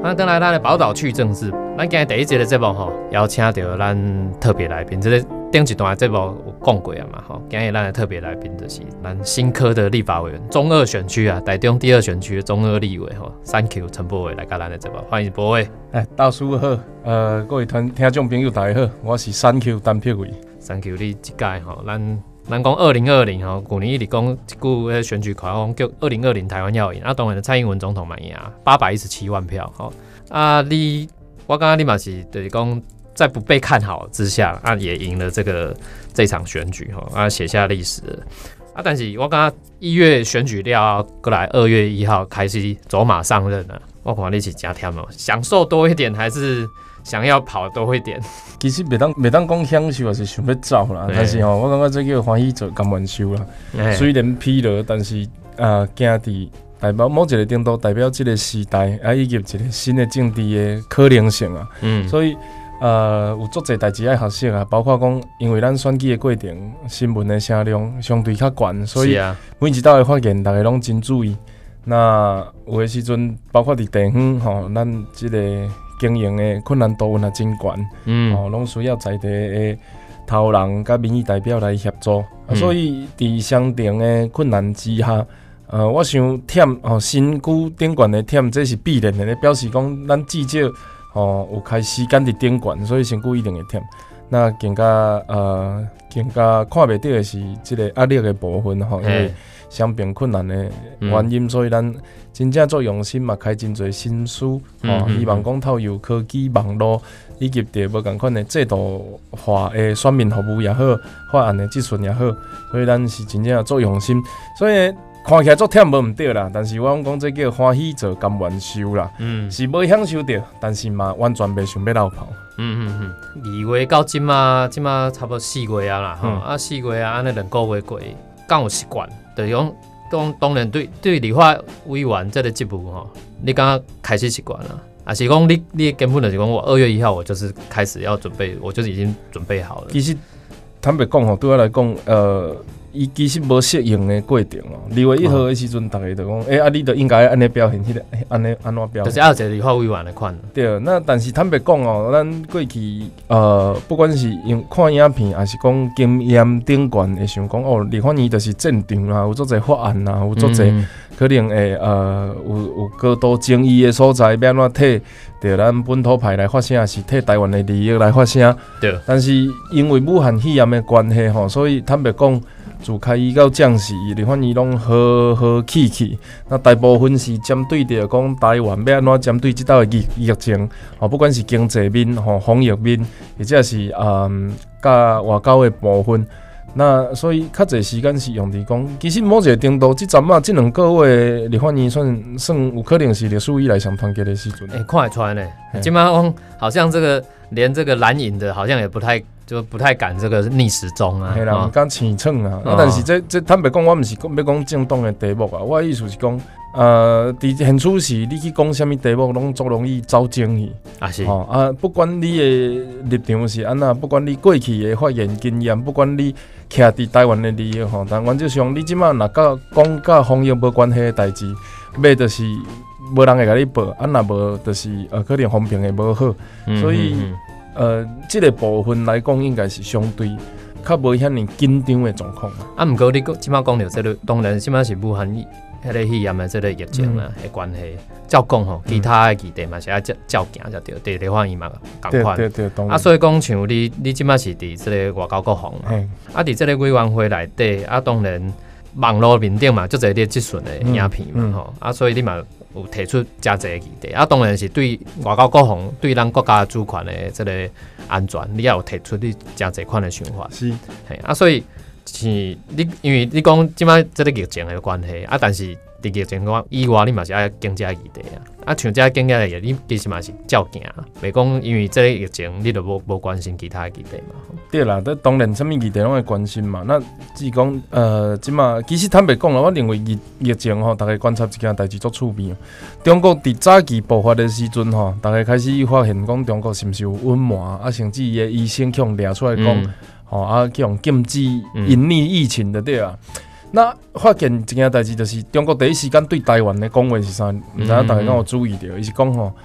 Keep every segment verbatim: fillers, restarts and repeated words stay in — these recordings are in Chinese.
咱等来咱的宝岛去政治，咱今日第一节的节目吼，邀请到咱特别来宾，这个顶一段的节目有讲过啊嘛吼。今日咱的特别来宾就是咱新科的立法委员，中二选区啊，台中第二选区的中二立委吼 ，Thank you 陈柏惟来到咱的节目，欢迎柏惟。 哎，大叔好，呃，各位听听众朋友大家好，我是 Thank you 陈柏惟。 Thank you 你这届吼，咱。咱讲二零二零吼，去年一直讲一句迄选举口号，叫二零二零台湾要赢。啊，当然蔡英文总统嘛赢，八百一十七万票。吼啊，你我刚刚你嘛是就是讲，在不被看好之下，啊也赢了这个这场选举，吼啊写下历史了。啊，但是我刚刚一月选举了，过来二月一号开始走马上任了。我看你是真忝哦，享受多一点还是？想要跑多一点， 其实袂当袂当讲享受，也是想要走啦。但是吼，我感觉这叫欢喜做甘愿受啦。虽然疲劳，但是啊，行伫代表某一个程度，代表这个时代啊，以及一个新的政治的可能性啊。嗯，所以呃，有足侪代志爱学习啊，包括讲，因为咱选举的过程，新闻的声量相对较悬，所以每一道的发言，大家拢真注意。那有的时阵，包括伫地方吼，咱这个。经营的困难度也真悬，嗯，哦，拢需要在地的头人甲民意代表来协助，嗯啊、所以伫相同的困难之下，呃，我想忝哦，身躯顶悬的忝，这是必然的，表示讲咱至少哦有开时间伫顶悬，所以身躯一定会忝。那更加呃，更加看袂到的是即个压力的部分吼，因为相平困难的原因，嗯、所以咱。真正做用心嘛，开真侪心思，哦、嗯，希望讲透过科技、网络以及伫无共款的制度化的选民服务也好，法案的质询也好，所以咱是真正做用心。所以看起来做忝无毋对啦，但是我讲这叫欢喜做甘愿受啦，嗯，是无享受到，但是嘛完全袂想要落跑。嗯嗯嗯， 二月到即嘛，即嘛差不多四月啊啦，吼、嗯、啊四月啊，安尼两个月过，敢有习惯，就是讲。当当然对对立法委员这个职务吼，你刚刚开始习惯了，还是讲你你根本就是讲我二月一号我就是开始要准备，我就是已经准备好了。 其实坦白讲吼，对我来讲，呃，伊其实无适应的过程哦。二月一号的时阵，大家就讲，诶、欸、啊，你就应该安尼表现，迄、那个安尼安怎表现？ 就是要一个立法委员的款。 对，那但是坦白讲哦，咱过去呃，不管是用看影片，还是讲经验顶悬，会想讲哦，立法院就是战场啦，有足侪法案啦，有足侪、嗯、可能会呃有有高度争议的所在，要安怎替着咱本土派来发声，是替台湾的利益来发声。对。但是因为武汉肺炎的关系吼，所以坦白讲。自开议到降息，立法院拢好好气气。那大部分是针对着讲台湾要安怎针对即道的疫疫情，哦，不管是经济面、吼防疫面，或者是嗯，甲外交的部分。那所以较侪时间是用伫讲，其实某一个程度，即阵啊，即两个月立法院算算有可能是历史以来上团结的时阵。 哎、欸，看得出来呢。今麦讲好像这个连这个蓝营的，好像也不太。就不太敢这个逆时钟啊， 系啦，唔敢起蹭啊。哦、但是这这坦白讲，我唔是要讲政党的题目啊。我的意思是讲，呃，伫现处时你去讲什么题目，拢足容易招争议啊是。哦啊，不管你的立场是安那，不管你过去的发言经验，不管你徛伫台湾的利益吼，但原则上你即马若甲讲甲防疫无关系的代志，要就是无人会甲你报，啊若无就是呃可能风评会无好，嗯、所以。嗯呃，这个部分来讲，应该是相对较无遐尼紧张的状况。 啊，毋过你即马讲到这个，当然即马是武汉迄个肺炎的这个疫情啊的关系。照讲吼，其他的议题嘛是要照照行才对，对立法院嘛共款。对对对，啊，所以讲像你你即马是伫这个外交国防嘛，啊，伫这个委员会内底，啊，当然网络面顶嘛，足侪啲质询的影片嘛吼、嗯嗯，啊，所以你嘛。有提出真侪议题，啊，当然是对外交国防、对咱国家主权的这个安全，你也有提出你真侪款的想法。是，嘿，啊，所以是你因为你讲即摆这个疫情的关系，啊，但是伫疫情以外，你嘛是爱经济议题啊，啊，像这经济议题，你其实嘛是照行，袂讲因为这个疫情，你就无无关心其他议题嘛。 对啦，这当然，什么议题拢会关心嘛。那只讲呃，即马其实坦白讲啦，我认为疫疫情吼，大家观察一件代志足趣味。中国伫早期爆发的时阵吼，大家开始发现讲中国是毋是有隐瞒啊，甚至伊的医生去用抓出来讲，吼、嗯、啊去用禁止隐匿疫情的对啊。嗯、那发现一件代志就是中国第一时间对台湾的讲话是啥？毋知影大家敢有注意到？伊是讲吼。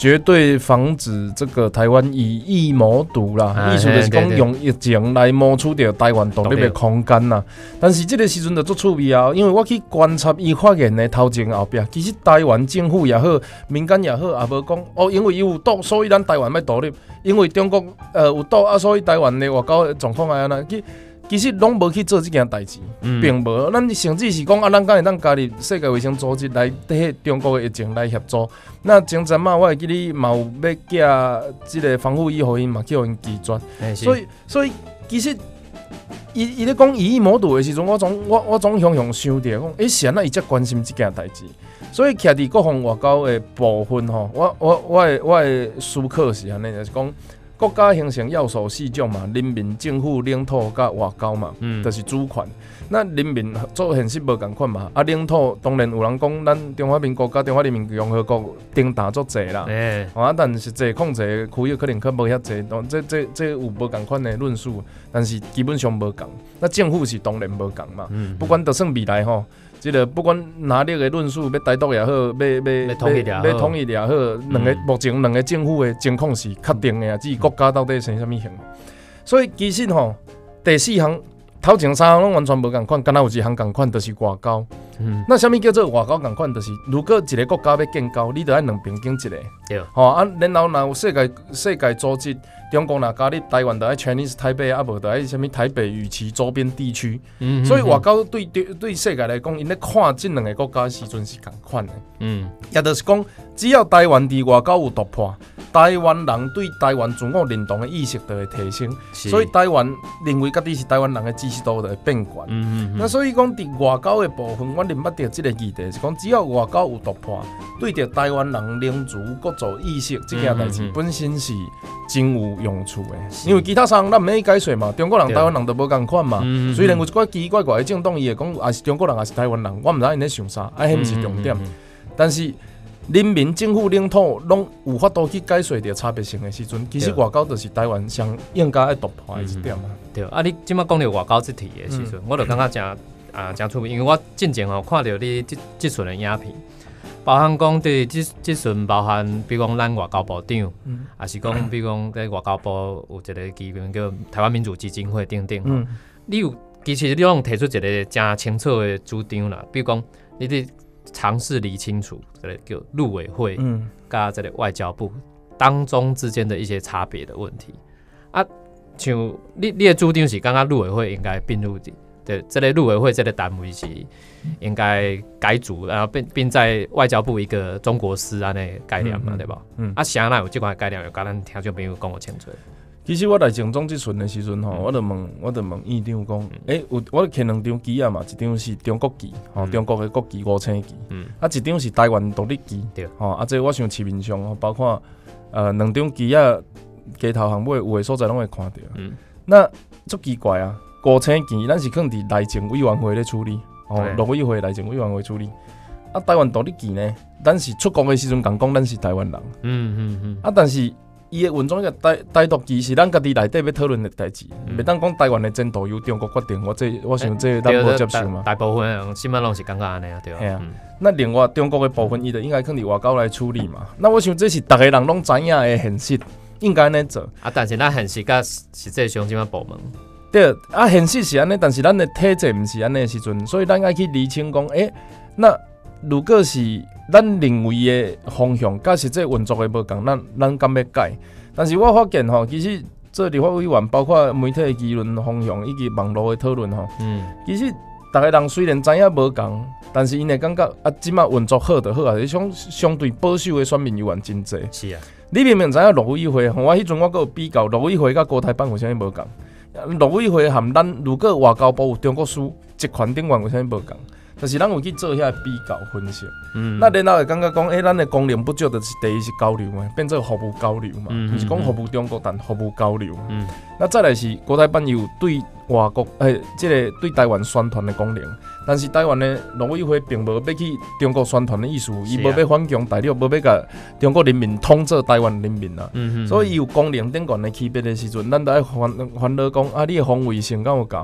绝对防止这个台湾以疫谋独啦，意思就是讲用疫情来谋取到台湾独立的空间啦。但是这个时阵就足趣味啊，因为我去观察伊发言的头前后壁，其实台湾政府也好，民间也好，也无讲哦，因为伊有赌，所以咱台湾要独立；因为中国呃有赌啊，所以台湾的外交的状况安那。其其实拢无去做这件代志，嗯、并无。咱甚至是讲啊，咱敢会当加入世界卫生组织来替中国的疫情来协助。那前阵嘛，我会记你嘛有要寄这个防护衣互因嘛，叫因拒绝。欸、所以，所以其实伊伊咧讲以疫谋独的时阵，我总我我总常常想着讲，诶，是安那伊才关心这件代志。所以徛伫各方外交的部分吼，我我我的我的思考是安尼，就是讲。国家形成要素四种嘛，人民、政府、领土甲外交嘛，嗯，就是主权。那人民做现实无共款嘛，啊，领土当然有人讲咱中华民国甲中华人民共和国定打足济啦，欸、啊，但是这控制区域可能较无遐济，这这这有无共款的论述，但是基本上无共。那政府是当然无共嘛，嗯、不管就算未来吼。即个不管哪里的论述，要台独也好，要要要统一也好， 要统一也好，两个、嗯、目前两个政府的情况是确定的啊，至于国家到底生啥物形。所以其实吼，第四项头前三项拢完全无共款，敢若有一项共款，就是外交。嗯、那啥物叫做外交共款？就是如果一个国家要建交，你就爱两边经一个。对。吼啊，然后若有世界世界组织。中国若加入台湾，就爱 Chinese 台北，啊无就爱什么台北与其周边地区。嗯、所以外交对对对世界来讲，因咧看这两个国家的时阵是共款的。嗯，也就是讲，只要台湾伫外交有突破，台湾人对台湾自我认同的意识就会提升。所以台湾认为家己是台湾人的支持度就会变悬。嗯、那所以讲伫外交的部分，我认捌到这个议题是讲，只要外交有突破，对着台湾人民族国族意识这件代志本身是真有用处的，因为其他商咱免解说嘛，中国人、台湾人都无共款嘛。嗯、虽然有一寡奇奇怪怪的政党，伊会讲也是中国人，也是台湾人，我毋知因咧想啥，啊，迄毋是重点。嗯嗯嗯、但是人民、政府、领土拢有法度去解说着差别性的时阵，其实外交就是台湾上应该要突破的一点嘛。 对，啊，你即摆讲到外交这题的时阵，嗯、我就感觉真啊真趣味，因为我进前吼看到你即即阵的影片。包含讲对即即阵包含，比如讲咱外交部长，也、嗯、是讲比如讲在外交部有一个机构叫台湾民主基金会等等。嗯、你有其实你拢提出一个真清楚的主张啦，比如讲你得尝试理清楚这个叫陆委会加这个外交部当中之间的一些差别的问题。啊，像你你的主张是感觉陆委会应该并入的。对，这类陆委会这类单位是应该改组，然后并并在外交部一个中国司安的概念嘛，嗯、对吧？嗯。啊，啥哪有这款概念？有甲咱听众朋友讲我清楚。 其实我来前总这阵的时阵吼，嗯、我就问，我就问院长讲，诶、嗯欸，有我牵两张旗啊嘛，一张是中国旗，吼、嗯，中国的国旗五星旗，嗯，啊，一张是台湾独立旗，对，吼，啊，这我想市面上包括呃两张旗啊，街头巷尾有的所在拢会看到，嗯，那足奇怪啊。五星旗，咱是可能伫内政委员会咧处理，哦，陆委会内政委员会处理。啊，台湾独立旗呢，咱是出国的时阵讲讲，咱是台湾人。嗯嗯嗯。啊，但是伊的运作个台台独旗是咱家己内底要讨论的代志，袂当讲台湾的前途由中国决定。我这我想这咱无接受嘛。 大部分人新闻拢是感觉安尼啊，对啊。嗯、 那另外中国的部分，伊就应该放伫外交来处理嘛。那我想这是大家人拢知影的现实，应该安尼做。 啊，但是咱现实甲实际上即摆部门。 对，啊，现实是安尼，但是咱的体制毋是安尼的时阵，所以咱爱去厘清讲，诶、欸，那如果是咱认为的方向，甲实际运作的无共，咱咱敢要改？但是我发现吼，其实做立法委员，包括媒体的议论方向以及网络的讨论吼，嗯，其实大家人虽然知影无共，但是因会感觉啊，即马运作好就好啊，相相对保守的选民有缘真济。 是啊， 你明明知影陆委会，我迄阵我阁有比较陆委会甲国台办有啥物无共？陆委会含咱如果外交部有中国司职权顶员有啥物无共？但是咱有去做遐比较分析，嗯、那然后会感觉讲，诶、欸，咱的功能不足，就是第一是交流嘛，变做服务交流嘛，嗯、就是讲服务中国，但服务交流。嗯、那再来是国台办有对外国诶，即、欸这个对台湾宣传的功能，但是台湾的陆委会并无要去中国宣传的意思，伊无、啊、要反攻大陆，无要甲中国人民统治台湾人民啊。嗯、所以有功能顶悬的区别的时阵，咱就爱烦烦恼讲啊，你的防卫性敢有够？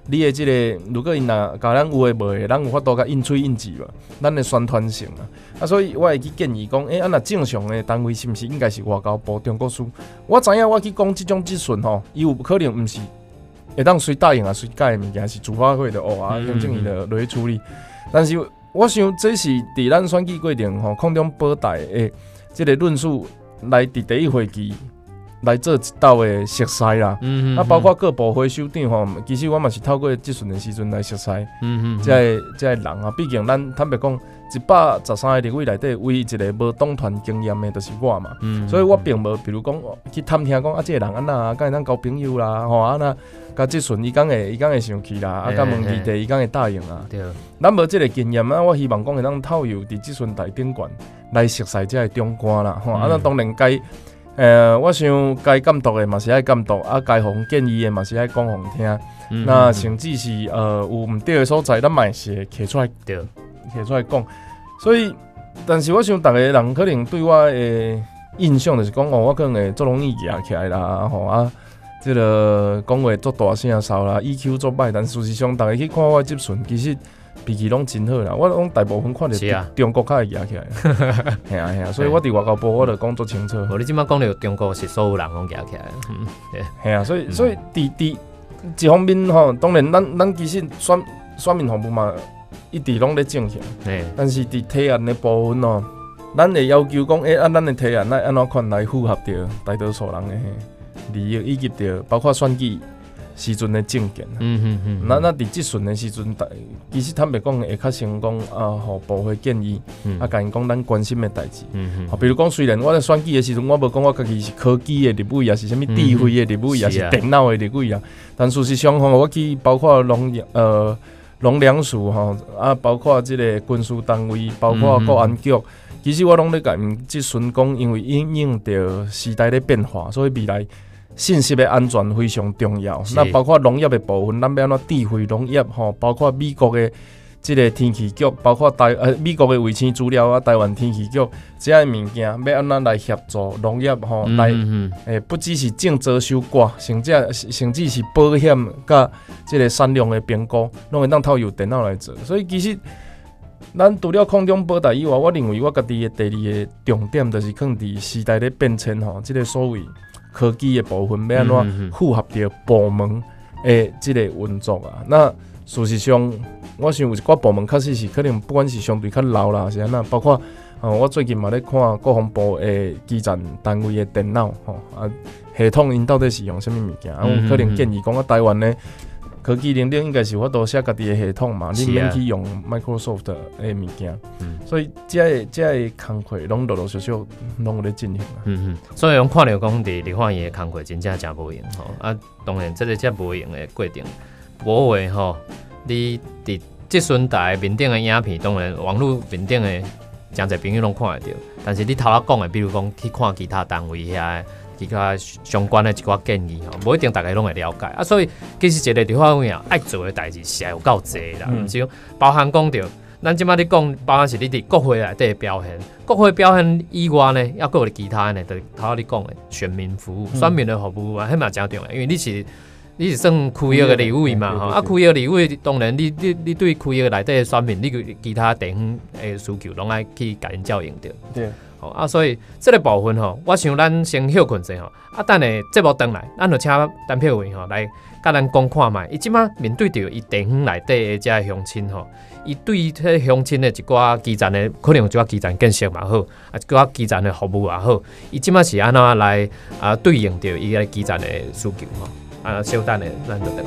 你的即、這个，如果因若甲咱有诶无诶，咱有法度甲印喙印字嘛，咱诶宣传性啊，啊，所以我会去建议讲，诶、欸，啊，若正常诶单位是毋是应该是外交部中国司？我知影我去讲即种质询吼，伊有可能毋是会当随答应啊，随改诶物件是主发会的哦啊，行政院的落去处理。但是我想这是伫咱选举过程吼，空中保台诶，即个论述来伫第一会期。来做一道的熟悉啦，嗯嗯啊，包括各部会首长吼，其实我嘛是透过质询的时阵来熟悉，嗯嗯，这这人啊，毕竟咱坦白讲，一百十三个立委内底，唯一一个无党团经验的，就是我嘛，嗯，所以我并无，比如讲去探听讲啊，这个人安那，甲咱交朋友啦，吼啊那，甲质询伊讲会，伊讲会生气啦，啊，甲问议题，伊讲会答应啊，对，咱无这个经验啊，我希望讲会当透由伫质询台顶悬来熟悉这个中官啦，吼，啊，咱当然该。呃，我想该监督的嘛是爱监督，啊，该互建议的嘛是爱讲互听。嗯、那甚至是呃有毋对的所在，咱嘛是摕出来对，摕出来讲。所以，但是我想，逐个人可能对我的印象就是讲，哦，我可能会做容易夹起来啦，吼啊，即、这个讲话做大声骚啦 ，E Q 做歹，但事实上，逐个去看我的质询，其实。脾气拢真好啦，我拢大部分看到中国较会夹起来，系啊系啊，所以我伫外交部我就讲足清楚。 无你即摆讲到中国是所有人拢夹起来， 嗯，系啊，所以所以伫伫一方面吼，当然咱咱其实选选民服务嘛，一直拢咧进行，但是伫提案的部分哦，咱会要求讲，诶、欸，按咱的提案来安怎款来符合着大多数人的利益，以及着包括选举。时阵的证件，嗯嗯嗯，那那伫质询的时阵，其实坦白讲会较成功啊，互部会建议，嗯、啊，甲因讲咱关心的代志，嗯嗯，比如讲，虽然我在选举的时阵，我无讲我家己是科技的立委啊，是啥物智慧的立委啊，是电脑的立委啊，但事實上吼，我去包括農呃農糧署吼，啊，包括即個軍事單位，包括國安局，嗯、其實我攏咧甲因質詢講，因為因應着時代咧變化，所以未來。信息的安全非常重要，那包括農業的部分，咱要安怎智慧農業吼，包括美國的即個天氣局，包括台呃美國的衛星資料啊，台灣天氣局這樣物件，要安怎來協助農業吼，嗯、來誒、欸、不只是種植收割，甚至甚至是保險甲即個產量的評估，攏會當透過電腦來做。所以其實咱除了空中保台以外，我認為我家己的第二個重點就是放佇時代的變遷吼，即、這個所謂。科技的部分要安怎符合着部門的即個運作啊？那事實上，我想有一寡部門確實是可能不管是相對較老啦，是安那，包括、呃、我最近嘛咧看國防部的基站單位的電腦吼啊，系統因到底是用啥物物件？啊，我可能建議講啊，台灣的科技能力應該是我都寫家己的系統嘛，你免去用 Microsoft 的物件，嗯、所以這個這個工作攏陸陸續續攏有咧進行啊。 嗯嗯，所以我看到講佇立法院的工作真正真無用吼，啊，當然這個真無用的過程，無話吼，你佇質詢台面頂的影片，當然網絡面頂的真儕朋友攏看會到，但是你頭仔講的，比如講去看其他單位遐。其他相關的一寡建議吼，無一定大家攏會了解啊，所以其實一個立法院啊，愛做的代志是有夠濟啦，毋是、嗯、包含講到，咱即擺你講，包含是你佇國會內底表現，國會表現以外呢，抑閣有其他呢，就頭先你講的選民服務、選民的服務啊，迄嘛真重要，因為你是你是算區域的立委嘛吼，啊區域立委當然你你你對區域內底的選民，你其他地方的需求攏愛去甲因照應着。對。哦啊，所以這個部分吼，我想咱先休困者吼，啊，等下節目轉來，咱就請陳佩慧吼來甲咱講看賣。伊即馬面對着伊地方內底的這鄉親吼，伊對於迄鄉親的一寡基站的，可能有一寡基站建設嘛好，啊一寡基站的服務也好，伊即馬是安怎來啊對應着伊個基站的需求吼，啊，稍等下咱就轉來。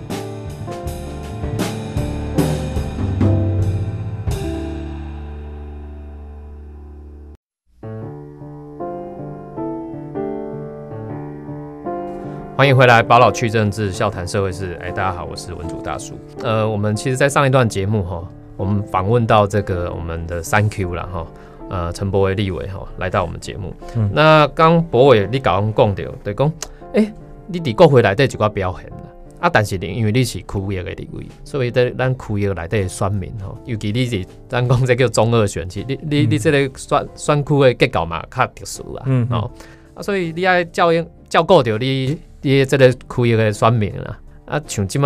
欢迎回来，保老去政治，笑谈社会事。哎，大家好，我是文主大叔。呃，我们其实，在上一段节目哈，我们访问到这个我们的三 Q 啦哈，呃，陈柏惟立委哈来到我们节目。嗯、那刚柏惟你刚刚讲到，就讲，哎、欸，你伫国会内底一寡表现啦，啊，但是因为你是区域的立委，所以在咱区域内底的选民吼，尤其你是咱讲这叫中二选区，你你你这个选选区的结构嘛较特殊啦，嗯哦，啊，所以你爱照应照顾到你。你这个区域的选民啦，啊，像即马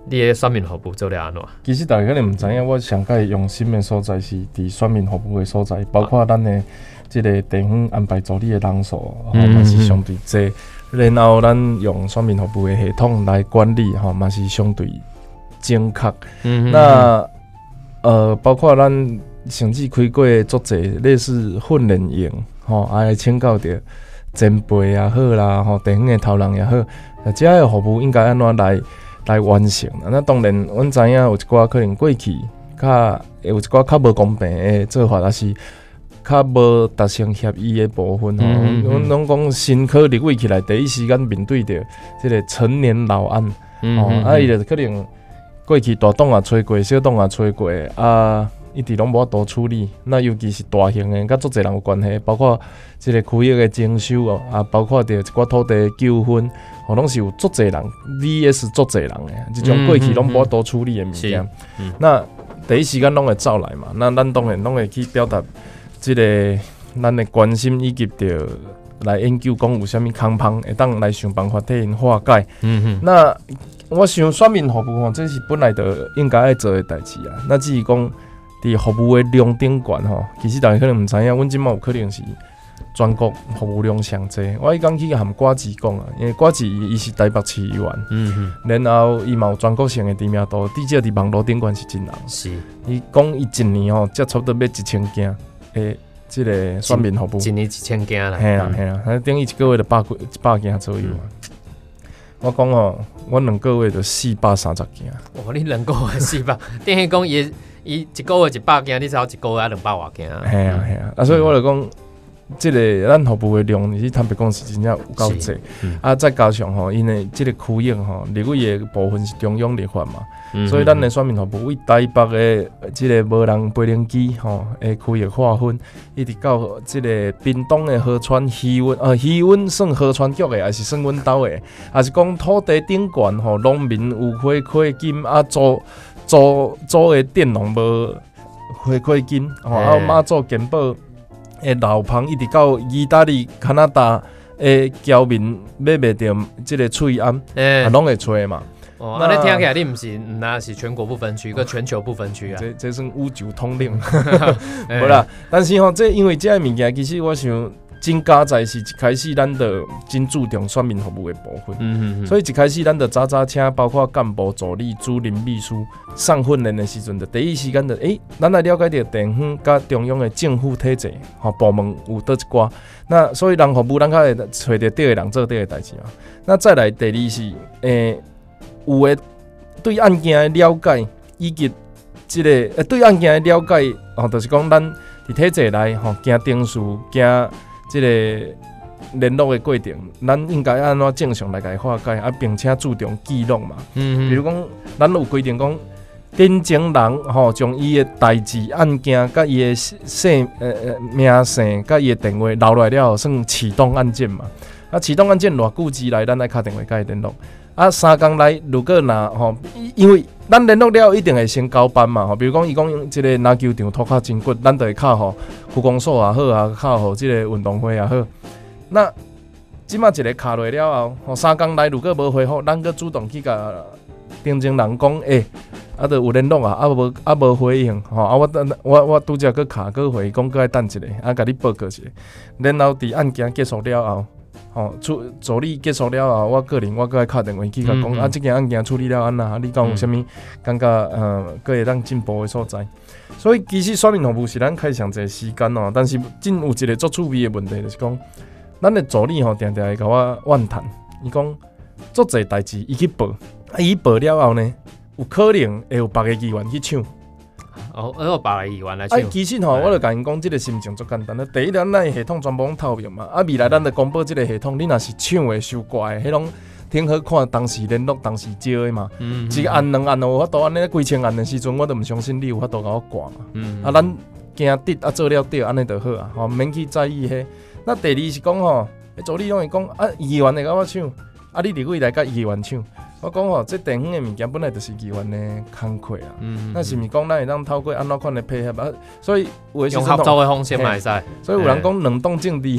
你的选民服务做了安怎？ 其实大家可能唔知影，我上届用心的所在是伫选民服务的所在，包括咱的即个地方安排助理的人数，吼、嗯，嘛、哦、是相对济。然后咱用选民服务的系统来管理，吼、哦，嘛是相对正确。嗯，那呃，包括咱甚至开过足济类似训练营，吼、哦，也请教着前辈也好啦，吼、哦，地方的头人也好，这个服务应该安怎来？来完成。那当然，阮知影有一寡可能过去较有一寡较无公平的做法，也是较无达成协议的部分吼。阮拢讲新科立委起来，第一时间面对着即个成年老案，嗯、哦，啊，伊就可能过去大档也吹过，小档也吹过，啊，一直拢无法度处理。那尤其是大型的，甲足侪人有关系，包括即个区域的征收哦，啊，包括着一寡土地纠纷。吼，拢是有足侪人 V S 足侪人诶，即种过去拢无法度处理诶物件。嗯嗯、那第一时间拢会走来嘛，那咱当然拢会去表达即、這个咱诶关心，以及着来研究讲有啥物空隙，会当来想办法替因化解。嗯、那我想选民服务吼，这是本来就应该爱做诶代志啊。那只是讲伫服务诶量顶悬吼，其实大家可能毋知影，阮即卖有可能是。全国服务量上济，我迄讲去含瓜子讲啊，因为瓜子伊是台北市议员，嗯然后伊嘛有全国性的知名度，至少伫网络顶悬是真人。是，伊讲伊一年吼，才差不多要一千件诶，即个选民服务。 一年一千件啦。 嘿啊嘿啊，啊等于一个月就百几一百件左右啊。嗯、我讲吼，我两个月就四百三十件。 哇，你两个月四百，等于讲伊伊一个月一百件，你才有一个月两百外件啊。 嘿啊嘿啊，啊所以我就讲。即、这个咱服务的量，是坦白讲是真正有够济，嗯、啊，再加上吼，因为即个区域吼，立委的部分是中央立法嘛，嗯、所以咱的选民服务为台北的即个无人飞行机吼的区域划分，一直到即个屏东的河川渔温，呃，渔温算河川局的，还是算阮兜的，还是讲土地顶悬吼，农民有回馈金啊，租租租的电农无回馈金，吼，啊，马祖健保。诶，老棚一直到意大利、加拿大诶，侨民买袂到即个喙安，啊，拢会吹嘛。 哦，那你听起来你毋是，那是全国不分区，个全球不分区啊。 这这算宇宙通令，无啦。但是吼，这因为这个物件，其实我想。真加在是一开始，咱就真注重选民服务的部分，嗯嗯所以一开始咱就早早请包括干部助理、主任秘书上训练的时阵，就第一时间就诶，咱来了解到地方甲中央的政府体制吼部门有倒一寡，那所以人服务咱较会找到对的人做对的代志嘛。那再来第二是诶，有诶对案件的了解，以及即、這個呃对案件的了解，吼，就是讲咱伫体制内吼，行定数行。即个联络的过程，咱应该安怎正常来甲伊化解啊，并且注重记录嘛。嗯，比如讲，咱有规定讲，တင်前人吼，将伊的代志、案件、甲伊的姓呃呃名姓、甲伊的电话留来了，算启动案件嘛。啊，启动案件偌久之内，咱来敲电话甲伊联络。啊，三工来，如果若吼，因为咱联络了，一定会先交班嘛。吼，比如讲，伊讲即个篮球场拖卡真骨，咱就会敲吼区公所也好啊，敲吼即个运动会也好。那即马一个敲落了后，吼三工来，如果无回复，咱个主动去甲定前人讲，诶、欸，啊，就有联络啊，啊无啊无回应，吼啊我等我我拄则去敲去回讲，搁爱等一下，啊，甲你报告一下。然后伫案件结束了后。吼，处处理结束了后，我个人我搁爱敲电话去甲讲、嗯、啊，即件案件处理了安那？你讲有啥物感觉？呃，搁会当进步的所在。所以其实选民服务是咱开上侪时间哦，但是真有一个足趣味的问题，就是讲，咱的助理吼，定定会甲我怨叹，伊讲足侪代志伊去报，啊，伊报了后呢，有可能会有别个议员去抢。 哦，有别个议员来抢。 啊，其实吼，我就甲因讲，即个心情足简单啦。第一，咱咱系统全部拢透明嘛。啊，未来咱就公布即个系统，你若是抢的、收怪的，迄拢挺好看。当时联络，当时招的嘛。嗯。一案两案有法度安尼几千案的时阵，我都毋相信你有法度甲我挂嘛。嗯。啊，咱惊得啊，做了对，安尼就好啊。吼，免去在意迄。那第二是讲吼，助理拢会讲啊，议员会甲我抢，啊，你立委来甲议员抢。我讲吼，这地方的物件本来就是议员的工课啊。嗯。那是毋是讲咱会当透过安怎款的配合啊？所以有的时阵用合作的方式嘛会使。 所以有人讲两党政治，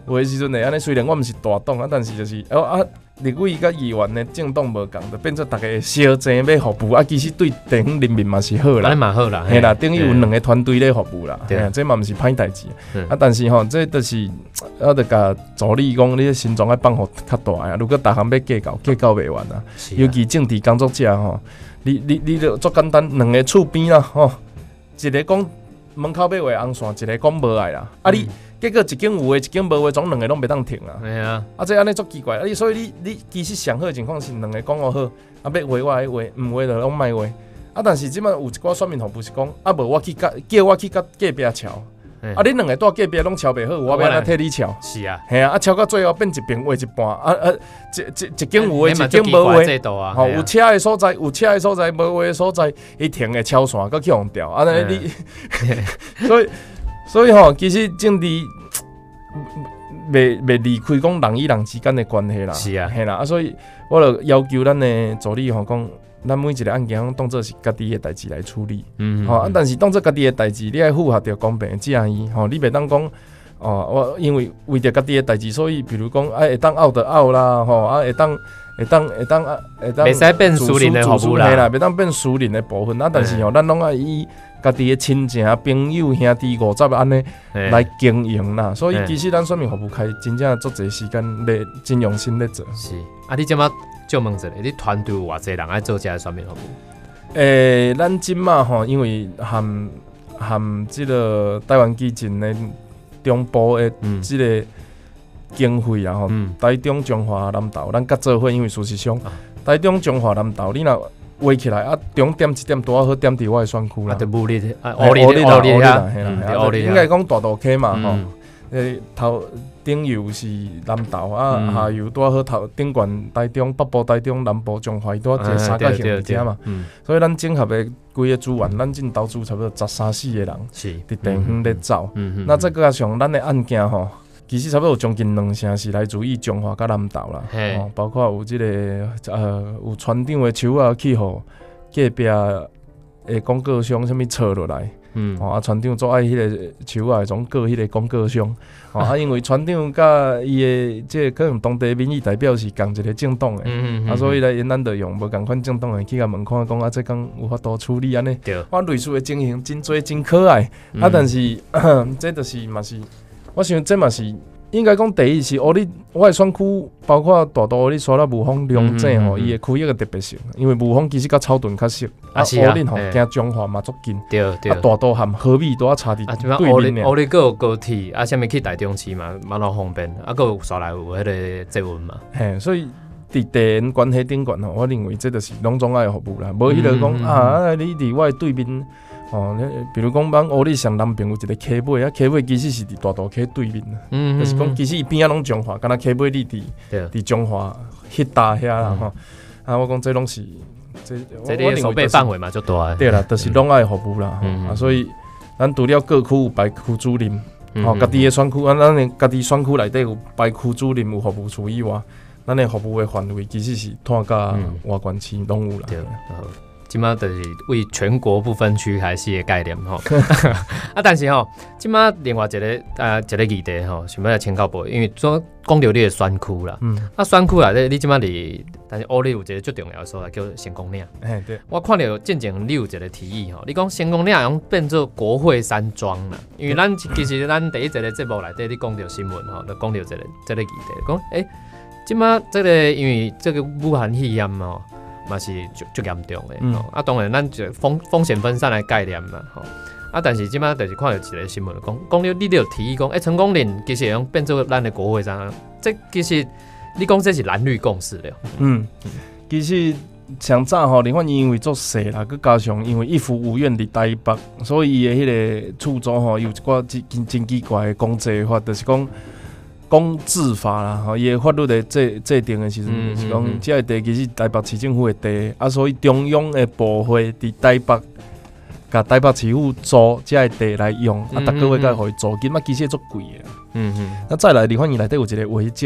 有诶时阵会安尼，虽然我毋是大党啊，但是就是哦啊，立委甲议员诶政党无共，就变做大家相争要服务啊。其实对地方人民嘛是好啦， 嘛好啦， 嘿啦，等于有两个团队咧服务啦，嘿，这嘛毋是歹代志啊。但是吼，这就是我着甲助理讲，你心脏爱放互较大啊。如果逐项要计较，计较袂完啊。尤其政治工作者吼，你你你着足简单，两个厝边啦吼，一个讲门口要画红线，一个讲无爱啦，啊你。结果一间有诶，一间无诶，总两个拢袂当停啊。 系啊， 啊，这安尼足奇怪。啊，所以你你其实上好诶情况是两个讲我好，啊，要画我爱画，毋画就拢莫画。啊，但是即摆有一寡选民服务是讲，啊无我去甲叫我去甲隔壁桥，啊，恁两个住隔壁拢桥袂好，我要安怎替你桥？ 是啊， 系啊，啊桥到最后变一边画一半，啊啊，一一一间有诶，一间无画。吼，有车诶所在，有车诶所在，无画诶所在，伊停诶超线，佮去互调，安尼你，所以。所以吼，其实政治未未离开讲人与人之间的关系啦， 是啊， 嘿啦，啊，所以我就要求咱的助理吼讲，咱每一个案件当做是家己的代志来处理，嗯，吼、啊，但是当做家己的代志，你爱符合着公平的正义，吼，你袂当讲哦，我因为为着家己的代志，所以比如讲，哎，会当拗就拗啦，吼，啊，会当会当会当啊，会当， 袂使变私人的服务啦， 袂当变私人的部分啊，但是吼，咱拢爱以家己的亲情、朋友、兄弟五十安尼来经营啦，所以其实咱选民服务开真正足侪时间咧，真用心咧做。 是，啊，你即马就问一下，你团队有偌济人爱做这个选民服务？ 诶、欸，咱即马吼，因为含含即个台湾基金的中部的即个经费啊，吼、嗯，台中、中华、南投，咱甲做伙，因为事实上，啊、台中、中华、南投，你若画起来啊，重点一点拄好点伫我的选区啦。 啊，就武力啊，乌力啦，乌力啦，嘿啦，应该讲大道溪嘛，吼。诶，头顶游是南投啊，下游拄好头顶悬台中、北部台中、南部中华，拄好一三角形伫遮嘛。所以咱整合的规个资源，咱正投资差不多十三四个人，伫地方咧走。那再加上咱的案件吼。其实差不多有将近两成是来自于中华甲南投啦，哦，包括有即、这个呃有船长的手啊去互隔壁的广告商啥物撮落来，嗯，哦啊船长做爱迄个手啊总过迄个广告商，哦啊因为船长甲伊的即可能当地民意代表是共一个政党的，嗯嗯啊所以咧咱就用无共款政党的去甲问看讲啊，这讲有法度处理安尼，我类似的情形真多真可爱，嗯、啊但是这就是嘛是。我想这嘛是应该讲第一是乌里，我的选区包括大道乌里、沙拉、雾峰、龙井吼，伊的区域的特别性，因为雾峰其实甲草屯较熟，啊乌里吼行中华嘛足近， 对对， 啊大道含河米都啊差伫对面。 乌里佫有高铁，啊啥物去台中市嘛，蛮老方便，啊佫有沙来有迄个捷运嘛， 嘿，所以伫地缘关系顶悬吼，我认为这就是拢总爱服务啦，无迄个讲啊，你伫我的对面。哦，比如讲，咱乌里上南边有一个溪尾啊，溪尾其实是伫大道溪对面啊，嗯、就是讲其实伊边仔拢中华，敢若溪尾你伫伫中华迄搭遐啦吼。啊，我讲这拢是这这你守备范围嘛，就大。 对啦，就是拢爱服务啦，嗯、啊，所以咱除了各区有排区主任，吼、嗯，家己的选区，啊，咱的家己选区内底有排区主任有服务处以外，咱的服务的范围其实是拖到外县市拢有啦。对， 即马就是为全国不分区还是个概念吼，啊，但是吼，即马另外一个呃一个议题吼，想要来请教部，因为说讲到你的选区啦，嗯，啊选区内底你即马离，但是乌里有一个最重要的所在叫成功岭，哎对，我看到进前你有一个提议吼，你讲成功岭用变做国会山庄啦，因为咱其实咱第一节的节目内底你讲到新闻吼，就讲到这个这个议题，讲诶，即马这个因为这个武汉肺炎吼。嘛是足足严重的，嗯、啊当然咱就风风险分散的概念嘛，吼啊但是即摆就是看到一个新闻讲，讲了你有提议讲，诶、欸、成功岭其实用变做咱的国会山，这其实你讲这是蓝绿共识了。嗯， 其实上早吼，林焕因为做细啦，佮加上因为一府五院伫台北，所以伊的迄个厝租吼有一寡真真奇怪的公制法，就是讲。公治法啦，吼，伊个法律的制制定的时阵，嗯、就是讲，这个地其实台北市政府的地，啊，所以中央的部会伫台北，甲台北市府租这个地来用，嗯、啊，逐个月甲互伊租金，啊，其实做贵的。嗯嗯。那再来，立法院内底有一个违建，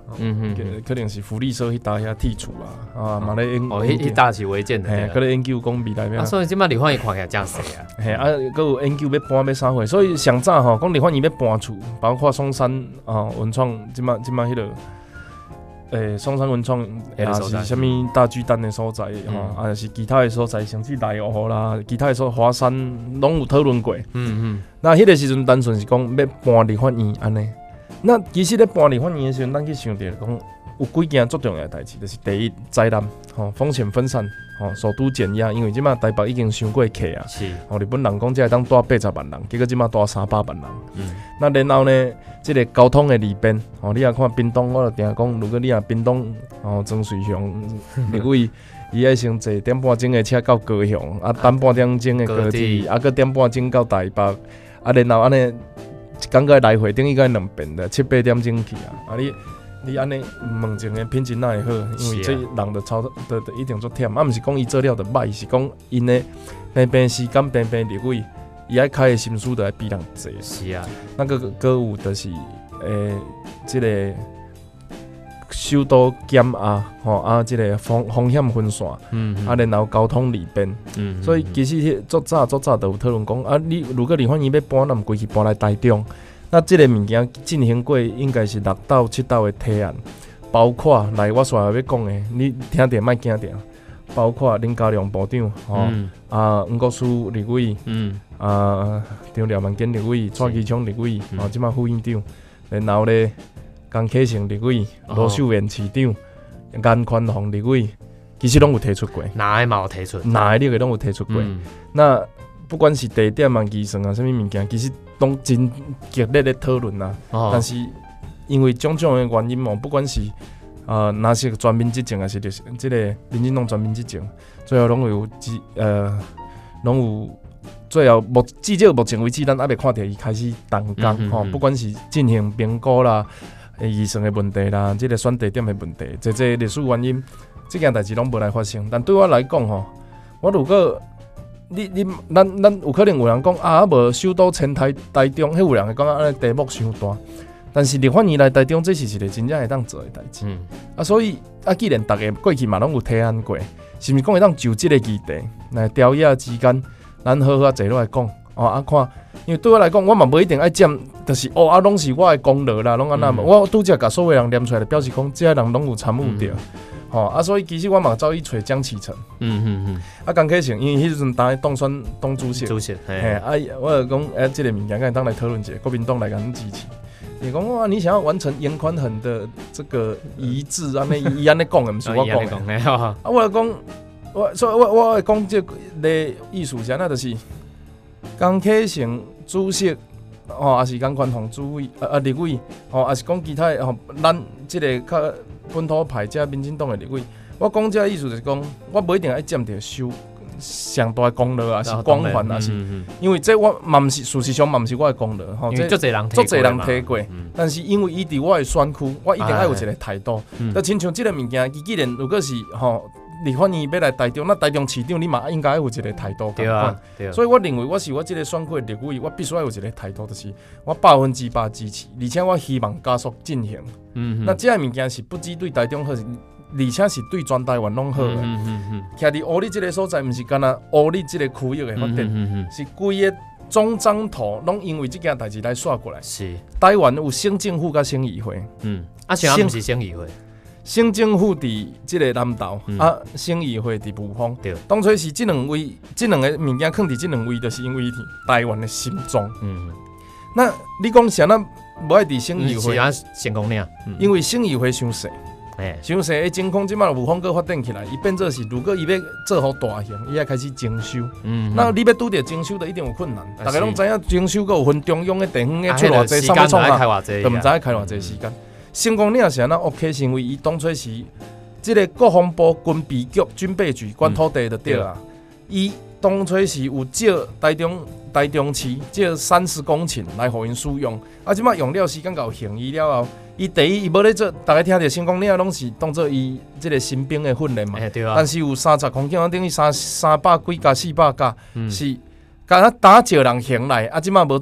嗯嗯，可能是福利社迄搭遐剔除啊，啊，嘛咧哦，迄迄搭是违建的， 嘿，可能研究讲未来咩？ 啊，所以即摆离婚伊看起来真细啊， 嘿，啊，佮有研究要搬要啥货，所以上早吼，讲离婚伊要搬厝，包括松山啊文创，即摆即摆迄个。诶，松山文创也是啥物大巨蛋的所在吼，啊是其他的所在，甚至内湖啦，其他的所华山拢有讨论过。嗯嗯。那迄个时阵单纯是讲要搬立法院安尼。那其实咧搬立法院的时阵，咱去想着讲有几件最重要的代志，就是第一灾难，吼风险分散，吼首都减压，因为即马台北已经伤过客啊。是。吼日本人讲，即会当住八十万人，结果即马住三百万人。嗯。那然后呢？即个交通的利便，吼、哦，你也看屏东，我就定讲，如果你啊屏东，吼曾水乡立委，伊爱先坐点半钟的车到高雄，啊等半点钟的高铁，啊搁点半钟到台北，啊然后安尼，感觉来回等于个两遍的七八点钟去啊，啊你你安尼问情的品质哪会好？因为这人就超的一定做忝，啊毋是讲伊做了就歹，是讲因的平平时间平平立委。伊爱开的心思就爱比人侪， 是啊。 那个歌有就是诶，即、這个首都减压吼啊，即、這個风风险分散，嗯，啊，然後交通利便，嗯，所以其實足早足早就有討論講啊，你如果離婚伊要搬，那毋歸去搬來台中，那即個物件進行過應該是六到七道的提案，包括來我所要講的，你聽着莫驚着。包括林佳龍部長，吼、哦嗯、啊，吳國書立委，嗯，啊，張廖萬堅立委，蔡其昌立委，哦、嗯，即馬副院長，然後咧，江啟成立委，羅秀燕市長，顏寬宏立委，其實攏有提出過。 哪個嘛有提出？ 哪個你個攏有提出過？嗯、那不管是地點啊、計算啊、啥物物件，其實攏真激烈的討論啊。哦、但是因為種種的原因哦，不管是啊，若、呃、是全面執政，還是就是即個民進黨全面執政，最後攏有至呃，攏有最後目至少目前為止，咱還未看到伊開始動工吼、嗯嗯嗯。不管是進行評估啦、議程的問題啦、即、這個選地點的問題，這這歷史原因，這件代志攏無來發生。但對我來講吼，我如果你你咱咱有可能有人講啊，無首都遷台台中，迄有人會講安尼題目傷大。但是立法院來台中，這是一個真正會當做的代志。嗯、啊，所以啊，既然大家過去嘛攏有提案過，是毋是講會當就這個議題來朝野之間，咱好好坐落來講。哦，啊看，因為對我來講，我嘛無一定愛佔，就是哦啊，攏是我的功勞啦，攏安那嘛。我拄則甲所有人念出來，表示講，這些人攏有參與着。吼、嗯哦、啊，所以其實我嘛走去找江啟臣。嗯嗯嗯。啊，江啟臣，因為迄陣當當選黨主席。主席。嘿，啊，我就講，哎，這個物件，咱當來討論一下，國民黨來甲咱支持。你講哇，你想要完成顏寬恆的這個遺志啊？那伊安尼講的，毋是我講的。啊，我講，我所以我我講這個意思是那就是江啟臣主席，哦，也是顏寬恆主委啊啊立委，哦，也是講其他哦，咱這個較本土派加民進黨的立委，我講這個意思就是講，我不一定愛佔着收。上大的功勞啊，是光環啊，是，因為這我嘛毋是事實上嘛毋是我的功勞，吼，這足儕人足儕人提過，但是因為伊佇我的選區，我一定愛有一個態度。就親像這個物件，既然如果是吼立法院要來台中，那台中市長你嘛應該愛有一個態度。對啊，對啊。所以我認為我是我這個選區的立委，我必須要有一個態度，就是我百分之百支持，而且我希望加速進行。嗯，那這個物件是不只對台中好。而且是對全台灣攏好誒，徛佇烏里這個所在，毋是干那烏里這個區域的發展，嗯嗯嗯、是規個總章圖攏因為這件代志來刷過來。是台灣有省政府甲省議會，嗯，啊，省毋是省議會，省政府佇這個南投，嗯、啊，省議會佇霧峰。對，當初是這兩位，這兩個物件放佇這兩位，就是因為台灣的心臟。嗯，那你講啥那無愛佇省議會？是啊，成功了，嗯、因為省議會傷細。像說誒，情況即馬有風格發展起來，伊變做是，如果伊要做好大型，伊要開始徵收。嗯，那你要拄着徵收，就一定有困難。大家攏知影徵收，閣有分中央誒地方誒出偌濟，啥物創啊，就毋知開偌濟時間。成功了是安那 OK，是因為伊當初是即個國防部軍備局軍備局管土地就對啦。伊當初是有借台中台中市借三十公頃來互因使用，啊，即馬用了時間夠行伊了後。伊第一，伊無咧做，大家聽着成功了，攏是當做伊即個新兵的訓練嘛。欸啊、但是有三十公頃，等於三三百幾架、四百架，嗯、是甲他打招人行來。啊，即馬無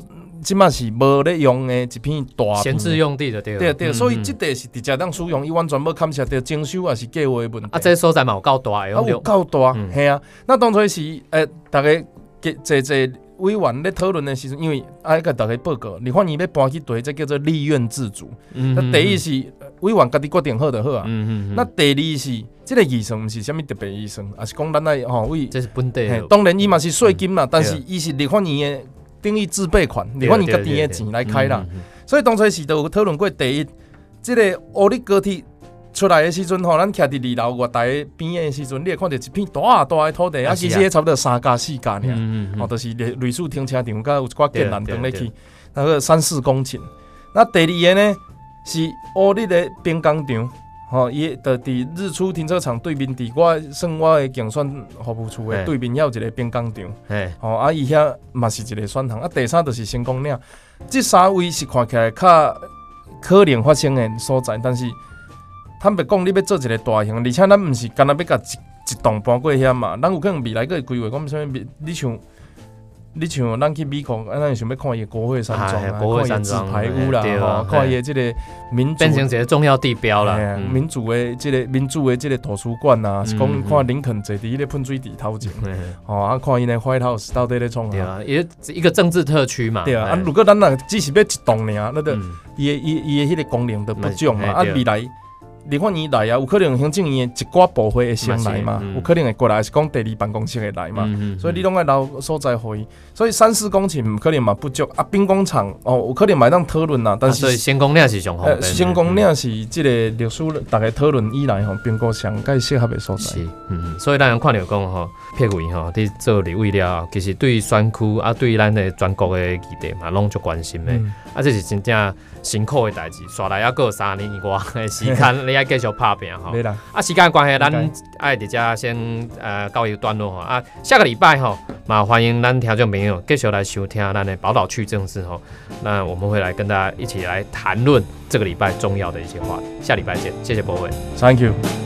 即马是无咧用的一片大片闲置用地的对。 对对，所以即地是直接当使用，伊完全无牵涉到征收还是计划的问题。 啊，这所在嘛有够大的， 啊有够大，嘿啊。那当初是诶，大家坐坐委员咧讨论的时阵，因为爱甲大家报告，立法院要搬去对这叫做立院自主。那第一是委员家己决定好就好啊。那第二是这个预算毋是啥物特别预算，也是讲咱爱吼为。 这是本地的。 当然伊嘛是税金啦，但是伊是立法院的等于自备款，立法院家己的钱来开啦。所以当初是都有讨论过，第一，这个乌日高铁出来的时阵吼，咱徛伫二楼外台边的时阵，你会看到一片大啊大的土地，啊，其实差不多三甲四甲尔，吼，就是类似停车场，甲有一寡建南灯咧去，那个三四公顷。那第二个呢是乌日的兵工场，吼，伊就伫日出停车场对面，伫我算我的竞选服务处的对面，遐有一个兵工场，吼，啊，伊遐嘛是一个选项。啊，第三就是成功岭，这三位是看起来较可能发生的所在，但是。坦白讲，你要做一个大型，而且咱毋是干那要甲一一栋搬过遐嘛，咱有可能未来个规划，讲啥物？你像你像咱去美国，咱想要看伊个国会山庄啊，看伊纸牌屋啦，吼，看伊即个民主变成一个重要地标啦。 民主的即个民主的即个图书馆啊，是讲看林肯坐伫迄个喷水池头前，吼啊，看伊个 White House 到底咧创啥？ 对啊，也一个政治特区嘛。 对啊，啊，如果咱若只是要一栋尔，那个伊的伊伊的迄个功能都不强嘛，啊，未来。立法院来啊，有可能行政院一寡部会会先来嘛，有可能会过来，是讲第二办公室会来嘛，所以你拢爱留所在互伊。所以三四公顷毋可能嘛不足啊，兵工厂哦，有可能嘛当讨论啦，但是所以先公岭是上好。 先公岭是即个历史大家讨论以来吼，评估上介适合的所在。 是，嗯，所以咱看到讲吼，撇位吼，伫做立委了，其实对选区啊，对咱的全国的议题嘛，拢足关心的。啊，这是真正辛苦的代志，刷来还阁有三年外的时间，你爱继续拍拼吼。啊，时间关系，咱爱伫遮先呃告一段落吼。啊，下个礼拜吼，嘛欢迎咱听众朋友继续来收听咱的宝岛区政治吼。那我们会来跟大家一起来谈论这个礼拜重要的一些话题。下礼拜见，谢谢博伟 ，Thank you。